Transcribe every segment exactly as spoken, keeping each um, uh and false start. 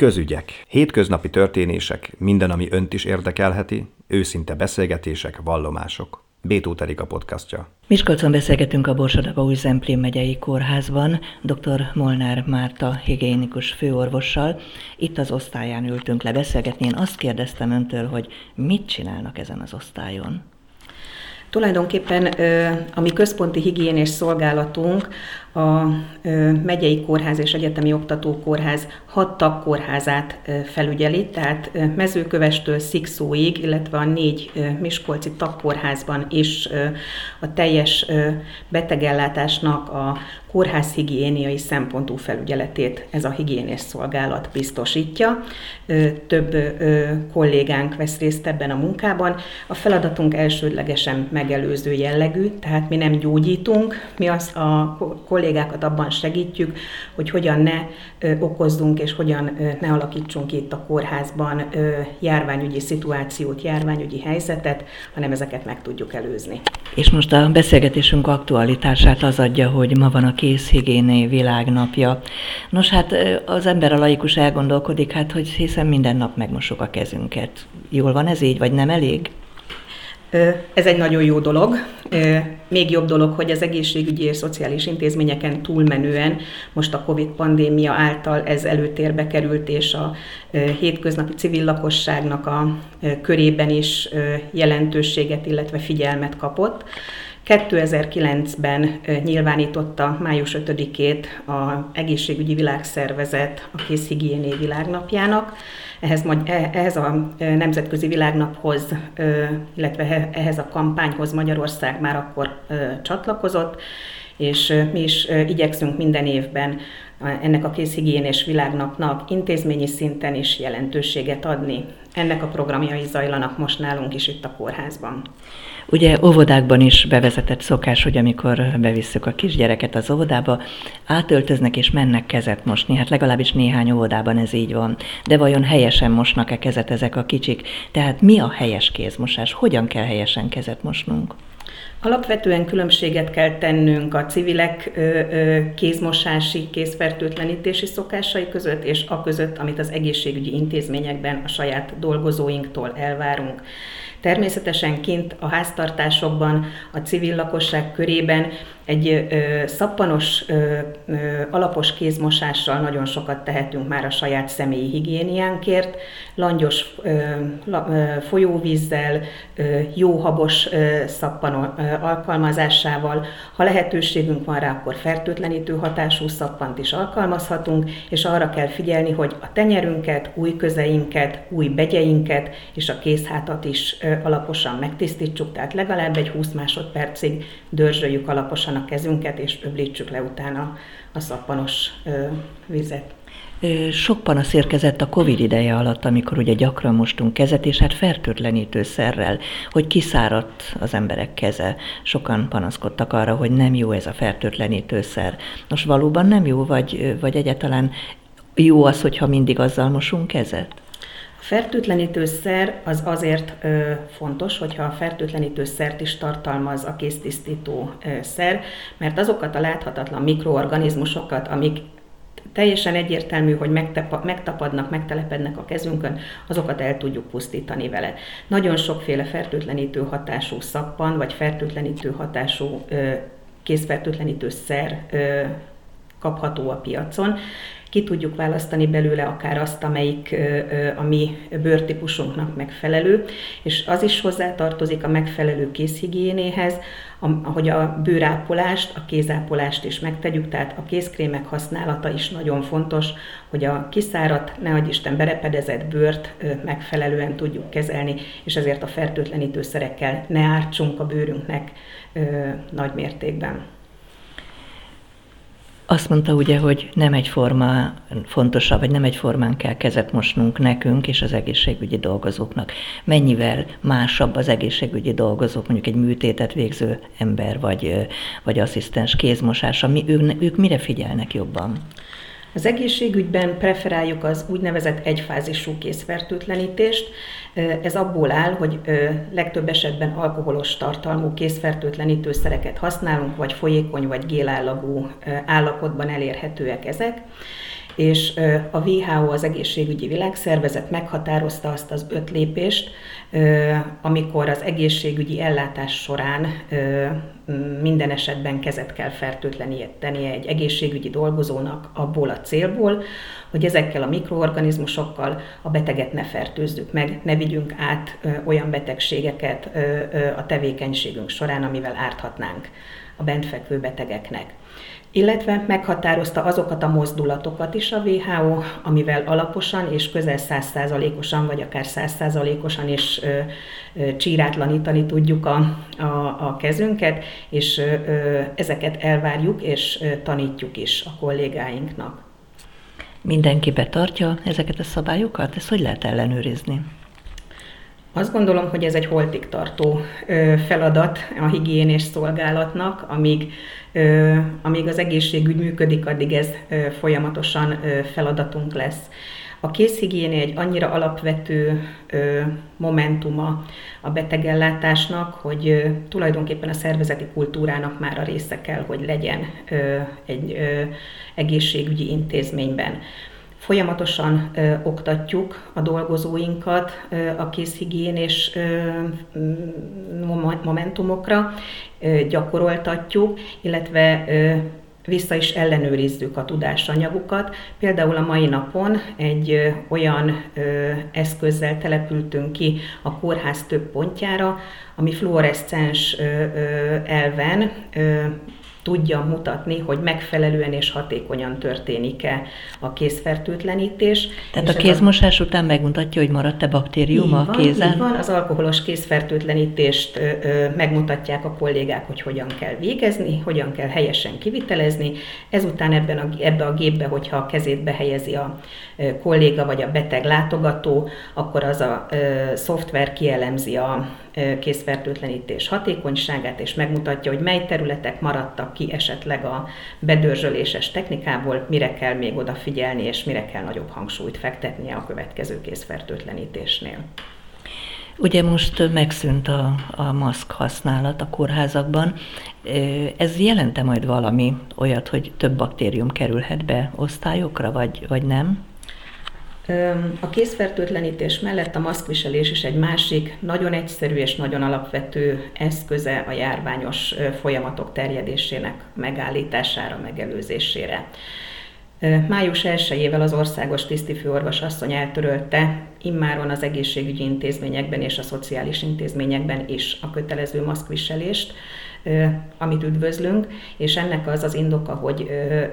Közügyek, hétköznapi történések, minden, ami önt is érdekelheti, őszinte beszélgetések, vallomások. Bétó Erika podcastja. Miskolcon beszélgetünk a Borsod-Abaúj-Zemplén megyei kórházban dr. Molnár Márta higiénikus főorvossal. Itt az osztályán ültünk le beszélgetni. Én azt kérdeztem öntől, hogy mit csinálnak ezen az osztályon? Tulajdonképpen a mi központi higiénés szolgálatunk a megyei kórház és egyetemi oktatókórház hat tagkórházát felügyeli, tehát Mezőkövestől Szikszóig, illetve a négy miskolci tagkórházban is a teljes betegellátásnak a kórház higiéniai szempontú felügyeletét ez a higiénés szolgálat biztosítja. Több kollégánk vesz részt ebben a munkában. A feladatunk elsődlegesen megelőző jellegű, tehát mi nem gyógyítunk, mi az a kollégákat abban segítjük, hogy hogyan ne okozzunk és hogyan ne alakítsunk itt a kórházban járványügyi szituációt, járványügyi helyzetet, hanem ezeket meg tudjuk előzni. És most a beszélgetésünk aktualitását az adja, hogy ma van a kézhigiéné világnapja. Nos, hát az ember a laikus elgondolkodik, hát, hogy hiszen minden nap megmosuk a kezünket. Jól van ez így, vagy nem elég? Ez egy nagyon jó dolog. Még jobb dolog, hogy az egészségügyi és szociális intézményeken túlmenően most a Covid-pandémia által ez előtérbe került, és a hétköznapi civil lakosságnak a körében is jelentőséget, illetve figyelmet kapott. kétezer-kilencben nyilvánította május ötödikét az Egészségügyi Világszervezet a kézhigiéné világnapjának. Ehhez, ehhez a nemzetközi világnaphoz, illetve ehhez a kampányhoz Magyarország már akkor csatlakozott, és mi is igyekszünk minden évben ennek a kézhigiénés világnapnak intézményi szinten is jelentőséget adni. Ennek a programjai zajlanak most nálunk is itt a kórházban. Ugye óvodákban is bevezetett szokás, hogy amikor bevisszük a kisgyereket az óvodába, átöltöznek és mennek kezet mosni. Hát legalábbis néhány óvodában ez így van. De vajon helyesen mosnak-e kezet ezek a kicsik? Tehát mi a helyes kézmosás? Hogyan kell helyesen kezet mosnunk? Alapvetően különbséget kell tennünk a civilek kézmosási, kézfertőtlenítési szokásai között, és a között, amit az egészségügyi intézményekben a saját dolgozóinktól elvárunk. Természetesen kint a háztartásokban, a civil lakosság körében egy ö, szappanos, ö, ö, alapos kézmosással nagyon sokat tehetünk már a saját személyi higiéniánkért. Langyos ö, la, ö, folyóvízzel, ö, jó habos ö, szappan ö, alkalmazásával. Ha lehetőségünk van rá, akkor fertőtlenítő hatású szappant is alkalmazhatunk, és arra kell figyelni, hogy a tenyerünket, ujjközeinket, ujjbegyeinket és a kézhátat is ö, alaposan megtisztítsuk, tehát legalább egy húsz másodpercig dörzsöljük alaposan a kezünket, és öblítsük le utána a szappanos ö, vizet. Sok panasz érkezett a Covid ideje alatt, amikor ugye gyakran mostunk kezet, és hát fertőtlenítőszerrel, hogy kiszáradt az emberek keze. Sokan panaszkodtak arra, hogy nem jó ez a fertőtlenítőszer. Nos, valóban nem jó, vagy, vagy egyáltalán jó az, hogyha mindig azzal mosunk kezet? A fertőtlenítőszer az azért ö, fontos, hogyha a fertőtlenítőszert is tartalmaz a kéztisztító ö, szer, mert azokat a láthatatlan mikroorganizmusokat, amik teljesen egyértelmű, hogy megtapadnak, megtelepednek a kezünkön, azokat el tudjuk pusztítani vele. Nagyon sokféle fertőtlenítő hatású szappan, vagy fertőtlenítő hatású ö, kézfertőtlenítőszer ö, kapható a piacon. Ki tudjuk választani belőle akár azt, amelyik a mi bőrtípusunknak megfelelő, és az is hozzátartozik a megfelelő kézhigiénéhez, hogy a bőrápolást, a kézápolást is megtegyük, tehát a kézkrémek használata is nagyon fontos, hogy a kiszáradt, ne adj Isten berepedezett bőrt megfelelően tudjuk kezelni, és ezért a fertőtlenítőszerekkel ne ártsunk a bőrünknek nagy mértékben. Azt mondta ugye, hogy nem egyforma fontosabb, vagy nem egyformán kell kezet mosnunk nekünk és az egészségügyi dolgozóknak. Mennyivel másabb az egészségügyi dolgozók, mondjuk egy műtétet végző ember, vagy, vagy asszisztens kézmosása, mi, ők, ők mire figyelnek jobban? Az egészségügyben preferáljuk az úgynevezett egyfázisú kézfertőtlenítést. Ez abból áll, hogy legtöbb esetben alkoholos tartalmú kézfertőtlenítőszereket használunk, vagy folyékony vagy gélállagú állapotban elérhetőek ezek. és a dupla vé há ó, az Egészségügyi Világszervezet meghatározta azt az öt lépést, amikor az egészségügyi ellátás során minden esetben kezet kell fertőtlenítenie egy egészségügyi dolgozónak abból a célból, hogy ezekkel a mikroorganizmusokkal a beteget ne fertőzzük meg, ne vigyünk át olyan betegségeket a tevékenységünk során, amivel árthatnánk a bentfekvő betegeknek. Illetve meghatározta azokat a mozdulatokat is a dupla vé há ó, amivel alaposan és közel száz százalékosan, vagy akár száz százalékosan is ö, ö, csírátlanítani tudjuk a, a, a kezünket, és ö, ezeket elvárjuk és ö, tanítjuk is a kollégáinknak. Mindenki betartja ezeket a szabályokat? Ezt hogy lehet ellenőrizni? Azt gondolom, hogy ez egy holtig tartó feladat a higiénés szolgálatnak, amíg, amíg az egészségügy működik, addig ez folyamatosan feladatunk lesz. A kézhigiénia egy annyira alapvető momentuma a betegellátásnak, hogy tulajdonképpen a szervezeti kultúrának már a része kell, hogy legyen egy egészségügyi intézményben. Folyamatosan ö, oktatjuk a dolgozóinkat ö, a kézhigiénés ö, momentumokra, ö, gyakoroltatjuk, illetve ö, vissza is ellenőrizzük a tudásanyagukat. Például a mai napon egy ö, olyan ö, eszközzel települtünk ki a kórház több pontjára, ami fluoreszcens ö, ö, elven ö, tudja mutatni, hogy megfelelően és hatékonyan történik-e a kézfertőtlenítés. Tehát a kézmosás a... után megmutatja, hogy maradt-e baktérium a kézen? Így van, az alkoholos kézfertőtlenítést ö, ö, megmutatják a kollégák, hogy hogyan kell végezni, hogyan kell helyesen kivitelezni. Ezután ebben a, ebbe a gépbe, hogyha a kezét behelyezi a ö, kolléga vagy a beteg látogató, akkor az a ö, szoftver kielemzi a ö, kézfertőtlenítés hatékonyságát, és megmutatja, hogy mely területek maradtak ki esetleg a bedörzsöléses technikából, mire kell még odafigyelni, és mire kell nagyobb hangsúlyt fektetnie a következő kézfertőtlenítésnél. Ugye most megszűnt a, a maszk használat a kórházakban. Ez jelente majd valami olyat, hogy több baktérium kerülhet be osztályokra, vagy, vagy nem? A kézfertőtlenítés mellett a maszkviselés is egy másik, nagyon egyszerű és nagyon alapvető eszköze a járványos folyamatok terjedésének megállítására, megelőzésére. május elsejével az országos tisztifőorvos asszony eltörölte immáron az egészségügyi intézményekben és a szociális intézményekben is a kötelező maszkviselést, amit üdvözlünk, és ennek az az indoka, hogy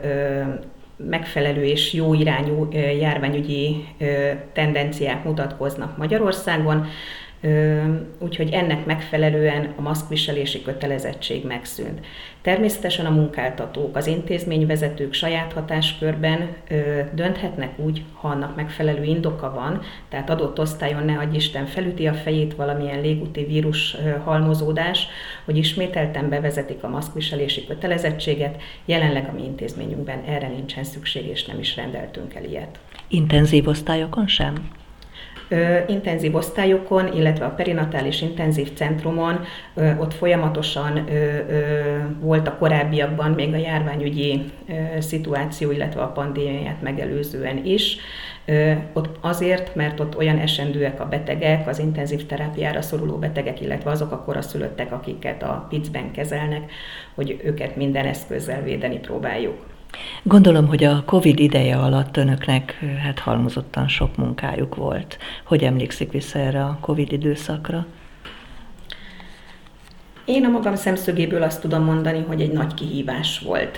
megfelelő és jó irányú járványügyi tendenciák mutatkoznak Magyarországon, úgyhogy ennek megfelelően a maszkviselési kötelezettség megszűnt. Természetesen a munkáltatók, az intézményvezetők saját hatáskörben dönthetnek úgy, ha annak megfelelő indoka van, tehát adott osztályon ne adj Isten felüti a fejét valamilyen légúti vírus halmozódás, hogy ismételten bevezetik a maszkviselési kötelezettséget. Jelenleg a mi intézményünkben erre nincsen szükség, és nem is rendeltünk el ilyet. Intenzív osztályokon sem? Ö, intenzív osztályokon, illetve a perinatális intenzív centrumon ö, ott folyamatosan ö, ö, volt a korábbiakban még a járványügyi ö, szituáció, illetve a pandémiát megelőzően is. Ö, ott azért, mert ott olyan esendőek a betegek, az intenzív terápiára szoruló betegek, illetve azok a koraszülöttek, akiket a picben kezelnek, hogy őket minden eszközzel védeni próbáljuk. Gondolom, hogy a Covid ideje alatt önöknek hát halmozottan sok munkájuk volt. Hogy emlékszik vissza erre a Covid időszakra? Én a magam szemszögéből azt tudom mondani, hogy egy nagy kihívás volt.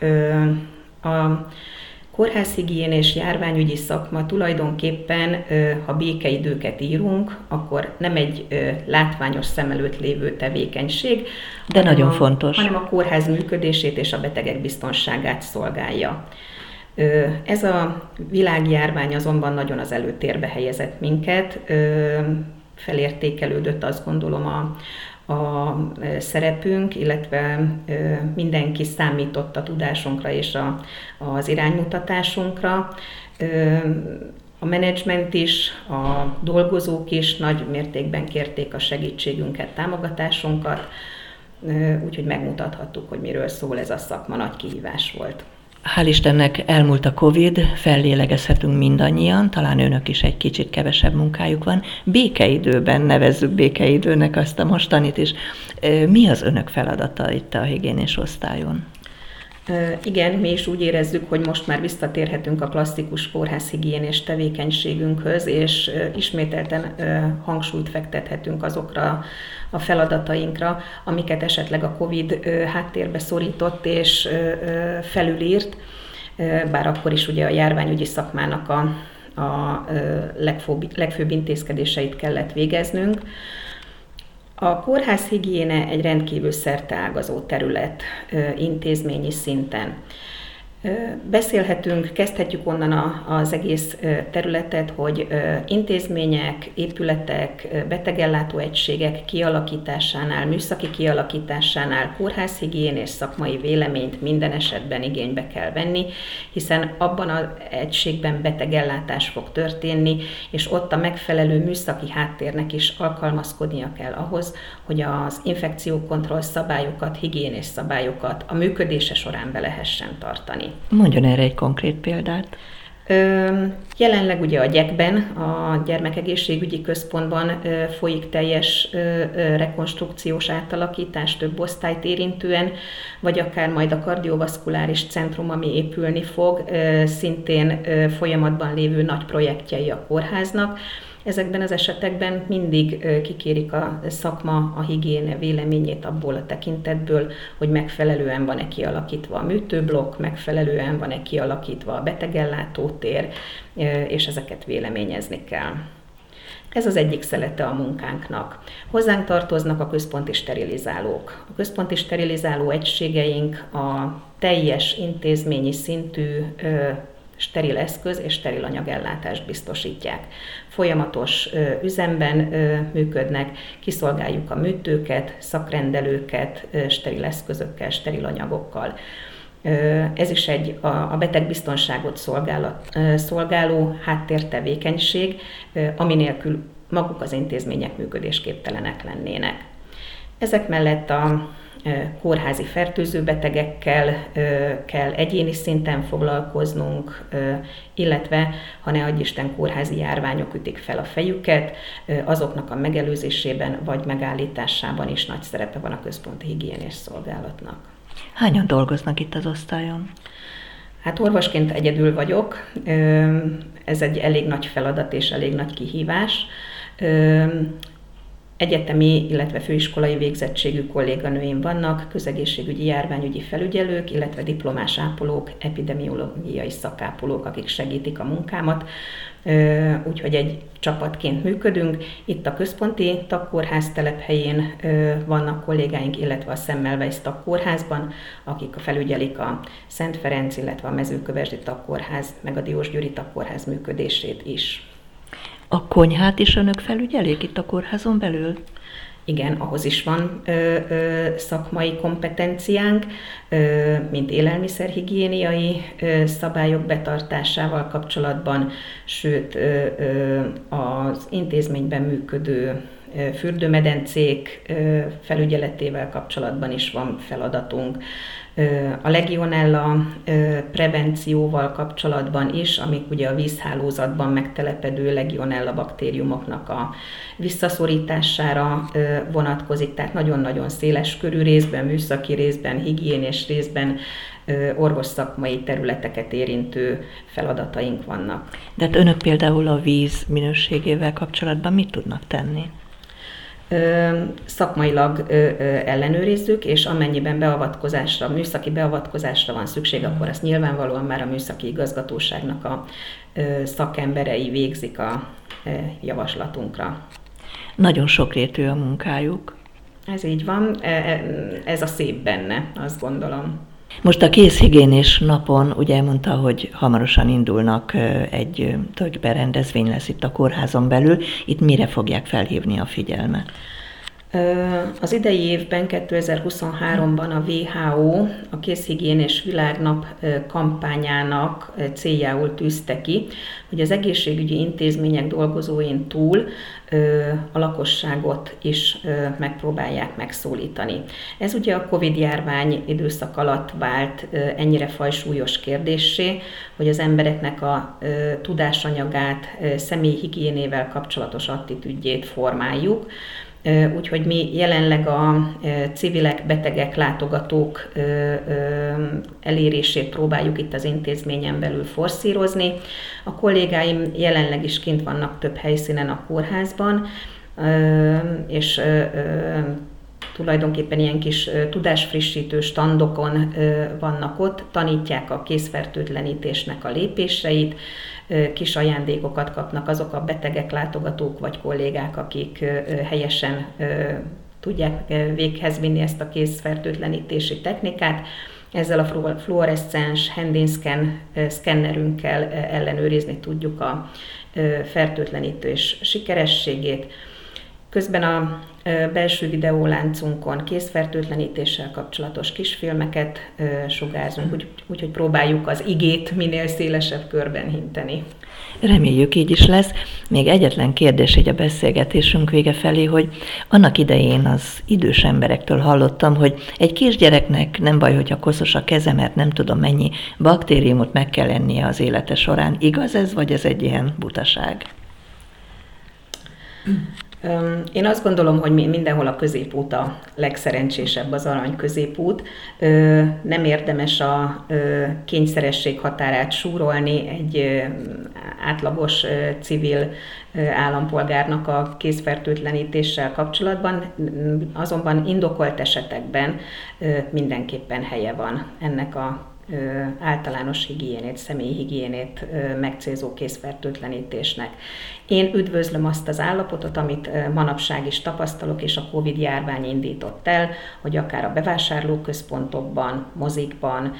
A kórházhigién és járványügyi szakma tulajdonképpen, ha békeidőket írunk, akkor nem egy látványos szem előtt lévő tevékenység, de nagyon a, fontos, hanem a kórház működését és a betegek biztonságát szolgálja. Ez a világjárvány azonban nagyon az előtérbe helyezett minket, felértékelődött azt gondolom a a szerepünk, illetve mindenki számított a tudásunkra és a, az iránymutatásunkra. A menedzsment is, a dolgozók is nagy mértékben kérték a segítségünket, támogatásunkat, úgyhogy megmutathattuk, hogy miről szól ez a szakma, nagy kihívás volt. Hál' Istennek elmúlt a Covid, fellélegezhetünk mindannyian, talán önök is egy kicsit kevesebb munkájuk van. Békeidőben nevezzük békeidőnek azt a mostanit is. Mi az önök feladata itt a higiénés osztályon? Igen, mi is úgy érezzük, hogy most már visszatérhetünk a klasszikus kórházhigiénés tevékenységünkhöz, és ismételten hangsúlyt fektethetünk azokra a feladatainkra, amiket esetleg a Covid háttérbe szorított és felülírt, bár akkor is ugye a járványügyi szakmának a, a legfőbb, legfőbb intézkedéseit kellett végeznünk. A kórházhigiéne egy rendkívül szerteágazó terület intézményi szinten. Beszélhetünk, kezdhetjük onnan az egész területet, hogy intézmények, épületek, betegellátó egységek kialakításánál, műszaki kialakításánál kórházhigiénés szakmai véleményt minden esetben igénybe kell venni, hiszen abban az egységben betegellátás fog történni, és ott a megfelelő műszaki háttérnek is alkalmazkodnia kell ahhoz, hogy az infekciókontroll szabályokat, higiénés szabályokat a működése során be lehessen tartani. Mondjon erre egy konkrét példát. Ö, jelenleg ugye a gyekben, a Gyermekegészségügyi Központban ö, folyik teljes ö, ö, rekonstrukciós átalakítás több osztályt érintően, vagy akár majd a kardiovaszkuláris centrum, ami épülni fog, ö, szintén ö, folyamatban lévő nagy projektjei a kórháznak. Ezekben az esetekben mindig kikérik a szakma a higiéne véleményét abból a tekintetből, hogy megfelelően van-e kialakítva a műtőblokk, megfelelően van-e kialakítva a betegellátótér, és ezeket véleményezni kell. Ez az egyik szelete a munkánknak. Hozzánk tartoznak a központi sterilizálók. A központi sterilizáló egységeink a teljes intézményi szintű steril eszköz és steril anyagellátást biztosítják. Folyamatos ö, üzemben ö, működnek, kiszolgáljuk a műtőket, szakrendelőket ö, steril eszközökkel, steril anyagokkal. Ö, ez is egy a, a betegbiztonságot szolgálat, ö, szolgáló háttértevékenység, ö, ami nélkül maguk az intézmények működésképtelenek lennének. Ezek mellett a kórházi fertőzőbetegekkel kell egyéni szinten foglalkoznunk, illetve, ha ne adj Isten, kórházi járványok ütik fel a fejüket, azoknak a megelőzésében vagy megállításában is nagy szerepe van a központi higiénés szolgálatnak. Hányan dolgoznak itt az osztályon? Hát orvosként egyedül vagyok, ez egy elég nagy feladat és elég nagy kihívás. Egyetemi, illetve főiskolai végzettségű kolléganőim vannak, közegészségügyi járványügyi felügyelők, illetve diplomás ápolók, epidemiológiai szakápolók, akik segítik a munkámat. Úgyhogy egy csapatként működünk. Itt a központi tagkórház telephelyén vannak kollégáink, illetve a Semmelweis tagkórházban, akik felügyelik a Szent Ferenc, illetve a Mezőkövesdi tagkórház, meg a Diósgyőri tagkórház működését is. A konyhát is önök felügyelik itt a kórházon belül? Igen, ahhoz is van ö, ö, szakmai kompetenciánk, ö, mint élelmiszerhigiéniai ö, szabályok betartásával kapcsolatban, sőt ö, ö, az intézményben működő ö, fürdőmedencék ö, felügyeletével kapcsolatban is van feladatunk. A legionella prevencióval kapcsolatban is, amik ugye a vízhálózatban megtelepedő legionella baktériumoknak a visszaszorítására vonatkozik, tehát nagyon-nagyon széles körű részben, műszaki részben, higiénés részben orvosszakmai területeket érintő feladataink vannak. De hát önök például a víz minőségével kapcsolatban mit tudnak tenni? Szakmailag ellenőrizzük, és amennyiben beavatkozásra, műszaki beavatkozásra van szükség, akkor azt nyilvánvalóan már a műszaki igazgatóságnak a szakemberei végzik a javaslatunkra. Nagyon sokrétű a munkájuk. Ez így van, ez a szép benne, azt gondolom. Most a kézhigiénés napon ugye elmondta, hogy hamarosan indulnak egy több berendezvény lesz itt a kórházon belül. Itt mire fogják felhívni a figyelmet? Az idei évben, kétezer-huszonháromban a dupla vé há ó a Kézhigiénés Világnap kampányának céljául tűzte ki, hogy az egészségügyi intézmények dolgozóin túl a lakosságot is megpróbálják megszólítani. Ez ugye a Covid-járvány időszak alatt vált ennyire fajsúlyos kérdéssé, hogy az embereknek a tudásanyagát, személyi higiénével kapcsolatos attitűdjét formáljuk. Úgyhogy mi jelenleg a civilek, betegek, látogatók elérését próbáljuk itt az intézményen belül forszírozni. A kollégáim jelenleg is kint vannak több helyszínen a kórházban, és tulajdonképpen ilyen kis tudásfrissítő standokon vannak ott, tanítják a kézfertőtlenítésnek a lépéseit, kis ajándékokat kapnak azok a betegek, látogatók vagy kollégák, akik helyesen tudják véghez vinni ezt a kézfertőtlenítési technikát. Ezzel a fluoreszcens handin szkennerünkkel ellenőrizni tudjuk a fertőtlenítés sikerességét. Közben a belső videóláncunkon kézfertőtlenítéssel kapcsolatos kisfilmeket sugárzunk, úgyhogy úgy, próbáljuk az igét minél szélesebb körben hinteni. Reméljük, így is lesz. Még egyetlen kérdés így a beszélgetésünk vége felé, hogy annak idején az idős emberektől hallottam, hogy egy kisgyereknek nem baj, hogyha koszos a keze, mert nem tudom mennyi baktériumot meg kell ennie az élete során. Igaz ez, vagy ez egy ilyen butaság? Én azt gondolom, hogy mindenhol a középút a legszerencsésebb, az arany középút. Nem érdemes a kényszeresség határát súrolni egy átlagos civil állampolgárnak a kézfertőtlenítéssel kapcsolatban, azonban indokolt esetekben mindenképpen helye van ennek a általános higiénét, személyi higiénét megcélzó kézfertőtlenítésnek. Én üdvözlöm azt az állapotot, amit manapság is tapasztalok, és a Covid-járvány indított el, hogy akár a bevásárlóközpontokban, mozikban,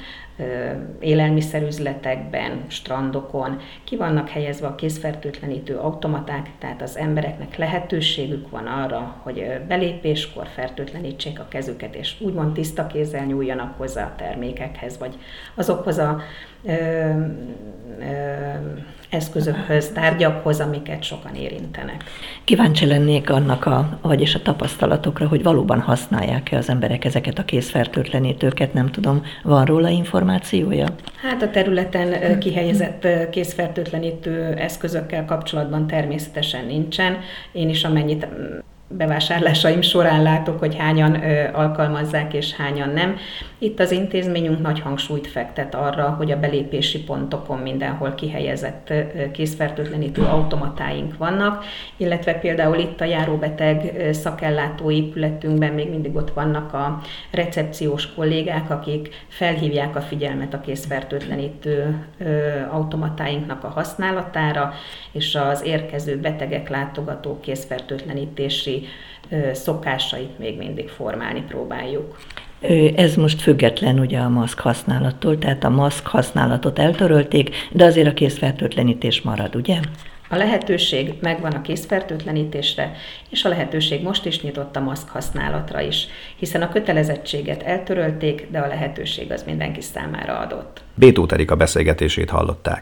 élelmiszerüzletekben, strandokon ki vannak helyezve a kézfertőtlenítő automaták, tehát az embereknek lehetőségük van arra, hogy belépéskor fertőtlenítsék a kezüket, és úgymond tiszta kézzel nyúljanak hozzá a termékekhez, vagy azokhoz a ö, ö, eszközökhöz, tárgyakhoz, amiket sokan érintenek. Kíváncsi lennék annak a, vagyis a tapasztalatokra, hogy valóban használják-e az emberek ezeket a kézfertőtlenítőket, nem tudom, van róla információja? Hát a területen kihelyezett kézfertőtlenítő eszközökkel kapcsolatban természetesen nincsen. Én is amennyit bevásárlásaim során látok, hogy hányan ö, alkalmazzák és hányan nem. Itt az intézményünk nagy hangsúlyt fektet arra, hogy a belépési pontokon mindenhol kihelyezett ö, kézfertőtlenítő automatáink vannak, illetve például itt a járóbeteg ö, szakellátó épületünkben még mindig ott vannak a recepciós kollégák, akik felhívják a figyelmet a kézfertőtlenítő ö, automatáinknak a használatára, és az érkező betegek, látogatók kézfertőtlenítési szokásait még mindig formálni próbáljuk. Ez most független ugye a maszk használattól, tehát a maszk használatot eltörölték, de azért a kézfertőtlenítés marad, ugye? A lehetőség megvan a kézfertőtlenítésre, és a lehetőség most is nyitott a maszk használatra is, hiszen a kötelezettséget eltörölték, de a lehetőség az mindenki számára adott. Bétót Erika beszélgetését hallották.